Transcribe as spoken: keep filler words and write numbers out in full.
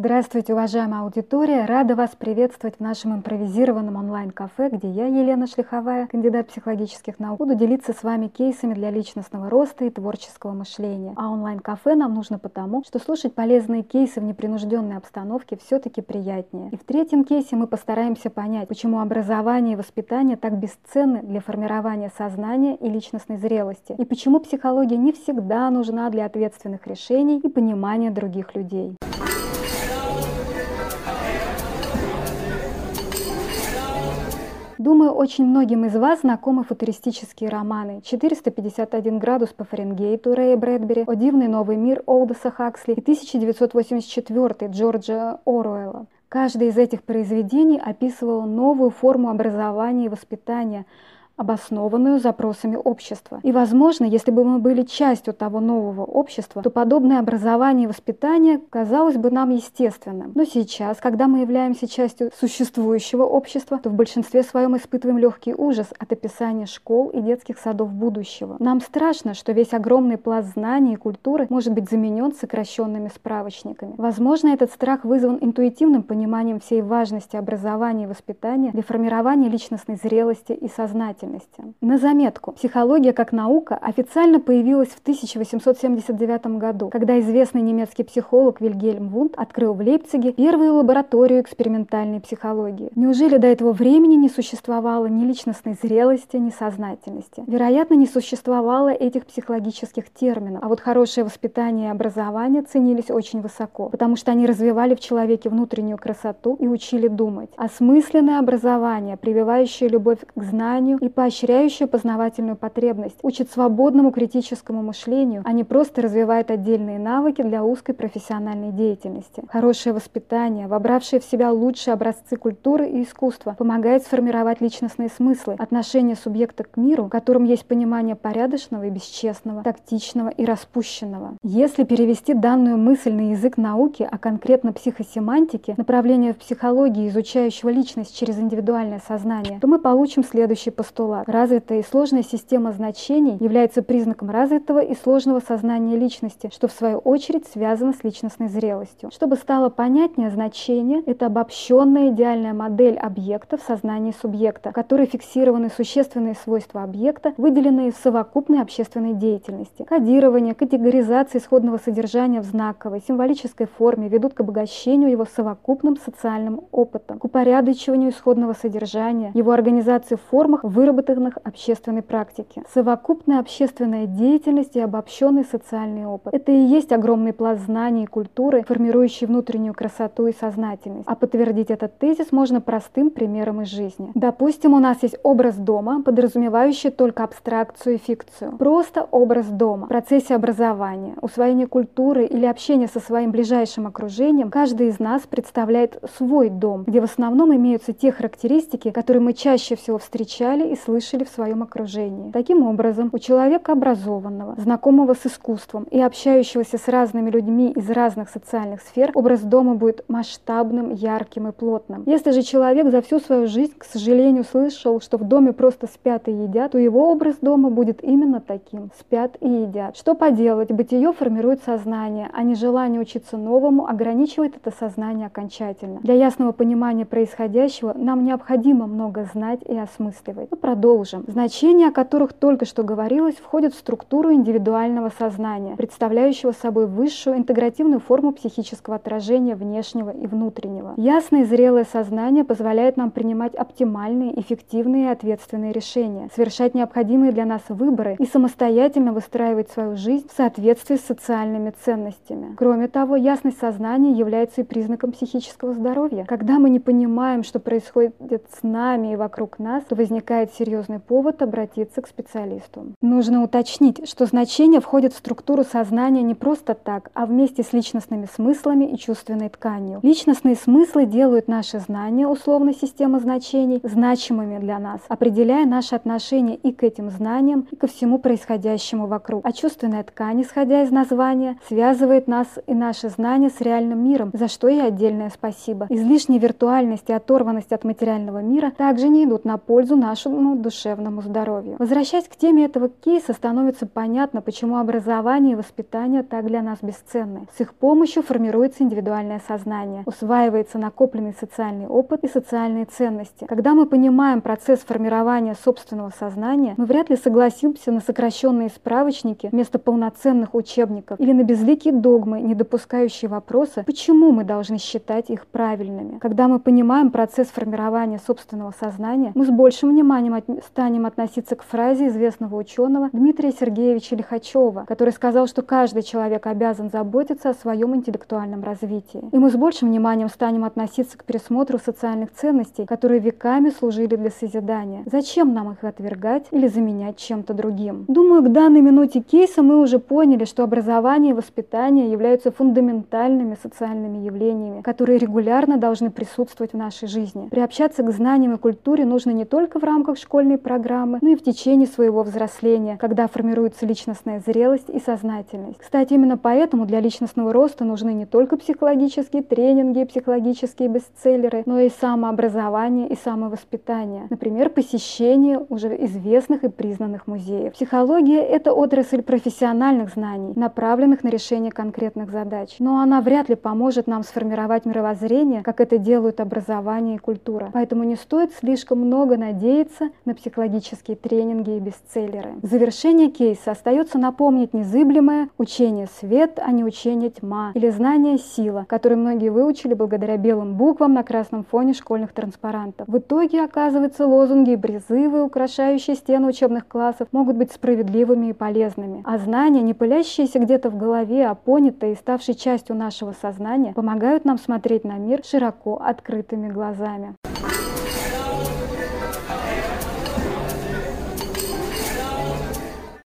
Здравствуйте, уважаемая аудитория! Рада вас приветствовать в нашем импровизированном онлайн-кафе, где я, Елена Шлиховая, кандидат психологических наук, буду делиться с вами кейсами для личностного роста и творческого мышления. А онлайн-кафе нам нужно потому, что слушать полезные кейсы в непринужденной обстановке все-таки приятнее. И в третьем кейсе мы постараемся понять, почему образование и воспитание так бесценны для формирования сознания и личностной зрелости, и почему психология не всегда нужна для ответственных решений и понимания других людей. Думаю, очень многим из вас знакомы футуристические романы «четыреста пятьдесят один градус по Фаренгейту» Рэя Брэдбери, «О дивный новый мир» Олдоса Хаксли и тысяча девятьсот восемьдесят четвёртый Джорджа Оруэлла. Каждое из этих произведений описывало новую форму образования и воспитания, обоснованную запросами общества. И, возможно, если бы мы были частью того нового общества, то подобное образование и воспитание казалось бы нам естественным. Но сейчас, когда мы являемся частью существующего общества, то в большинстве своем испытываем легкий ужас от описания школ и детских садов будущего. Нам страшно, что весь огромный пласт знаний и культуры может быть заменен сокращенными справочниками. Возможно, этот страх вызван интуитивным пониманием всей важности образования и воспитания для формирования личностной зрелости и сознательности. На заметку, психология как наука официально появилась в тысяча восемьсот семьдесят девятом году, когда известный немецкий психолог Вильгельм Вундт открыл в Лейпциге первую лабораторию экспериментальной психологии. Неужели до этого времени не существовало ни личностной зрелости, ни сознательности? Вероятно, не существовало этих психологических терминов, а вот хорошее воспитание и образование ценились очень высоко, потому что они развивали в человеке внутреннюю красоту и учили думать. Осмысленное образование, прививающее любовь к знанию и поощряющая познавательную потребность, учит свободному критическому мышлению, а не просто развивает отдельные навыки для узкой профессиональной деятельности. Хорошее воспитание, вобравшее в себя лучшие образцы культуры и искусства, помогает сформировать личностные смыслы, отношение субъекта к миру, в котором есть понимание порядочного и бесчестного, тактичного и распущенного. Если перевести данную мысль на язык науки, а конкретно психосемантики, направление в психологии, изучающего личность через индивидуальное сознание, то мы получим следующий постулат. Развитая и сложная система значений является признаком развитого и сложного сознания личности, что в свою очередь связано с личностной зрелостью. Чтобы стало понятнее, значение — это обобщенная идеальная модель объекта в сознании субъекта, в которой фиксированы существенные свойства объекта, выделенные в совокупной общественной деятельности. Кодирование, категоризация исходного содержания в знаковой, символической форме ведут к обогащению его совокупным социальным опытом, к упорядочиванию исходного содержания, его организации в формах, выработанных общественной практики. Совокупная общественная деятельность и обобщенный социальный опыт — это и есть огромный пласт знаний и культуры, формирующий внутреннюю красоту и сознательность. А подтвердить этот тезис можно простым примером из жизни. Допустим, у нас есть образ дома, подразумевающий только абстракцию и фикцию. Просто образ дома. В процессе образования, усвоения культуры или общения со своим ближайшим окружением каждый из нас представляет свой дом, где в основном имеются те характеристики, которые мы чаще всего встречали и слышали в своем окружении. Таким образом, у человека образованного, знакомого с искусством и общающегося с разными людьми из разных социальных сфер, образ дома будет масштабным, ярким и плотным. Если же человек за всю свою жизнь, к сожалению, слышал, что в доме просто спят и едят, то его образ дома будет именно таким — спят и едят. Что поделать, бытие формирует сознание, а нежелание учиться новому ограничивает это сознание окончательно. Для ясного понимания происходящего нам необходимо много знать и осмысливать. Продолжим. Значения, о которых только что говорилось, входят в структуру индивидуального сознания, представляющего собой высшую интегративную форму психического отражения внешнего и внутреннего. Ясное и зрелое сознание позволяет нам принимать оптимальные, эффективные и ответственные решения, совершать необходимые для нас выборы и самостоятельно выстраивать свою жизнь в соответствии с социальными ценностями. Кроме того, ясность сознания является и признаком психического здоровья. Когда мы не понимаем, что происходит с нами и вокруг нас, то возникает серьезный повод обратиться к специалисту. Нужно уточнить, что значения входят в структуру сознания не просто так, а вместе с личностными смыслами и чувственной тканью. Личностные смыслы делают наши знания условной системы значений значимыми для нас, определяя наши отношения и к этим знаниям, и ко всему происходящему вокруг. А чувственная ткань, исходя из названия, связывает нас и наши знания с реальным миром, за что и отдельное спасибо. Излишняя виртуальность и оторванность от материального мира также не идут на пользу нашему ментальному, душевному здоровью. Возвращаясь к теме этого кейса, становится понятно, почему образование и воспитание так для нас бесценны. С их помощью формируется индивидуальное сознание, усваивается накопленный социальный опыт и социальные ценности. Когда мы понимаем процесс формирования собственного сознания, мы вряд ли согласимся на сокращенные справочники вместо полноценных учебников или на безликие догмы, не допускающие вопроса, почему мы должны считать их правильными. Когда мы понимаем процесс формирования собственного сознания, мы с большим вниманием от... станем относиться к фразе известного ученого Дмитрия Сергеевича Лихачева, который сказал, что каждый человек обязан заботиться о своем интеллектуальном развитии. И мы с большим вниманием станем относиться к пересмотру социальных ценностей, которые веками служили для созидания. Зачем нам их отвергать или заменять чем-то другим? Думаю, к данной минуте кейса мы уже поняли, что образование и воспитание являются фундаментальными социальными явлениями, которые регулярно должны присутствовать в нашей жизни. Приобщаться к знаниям и культуре нужно не только в рамках школьной программы, но и в течение своего взросления, когда формируется личностная зрелость и сознательность. Кстати, именно поэтому для личностного роста нужны не только психологические тренинги и психологические бестселлеры, но и самообразование и самовоспитание. Например, посещение уже известных и признанных музеев. Психология — это отрасль профессиональных знаний, направленных на решение конкретных задач. Но она вряд ли поможет нам сформировать мировоззрение, как это делают образование и культура. Поэтому не стоит слишком много надеяться на психологические тренинги и бестселлеры. В завершение кейса остается напомнить незыблемое: учение свет, а не учение тьма, или знание сила, которые многие выучили благодаря белым буквам на красном фоне школьных транспарантов. В итоге, оказывается, лозунги и призывы, украшающие стены учебных классов, могут быть справедливыми и полезными. А знания, не пылящиеся где-то в голове, а понятые и ставшие частью нашего сознания, помогают нам смотреть на мир широко открытыми глазами.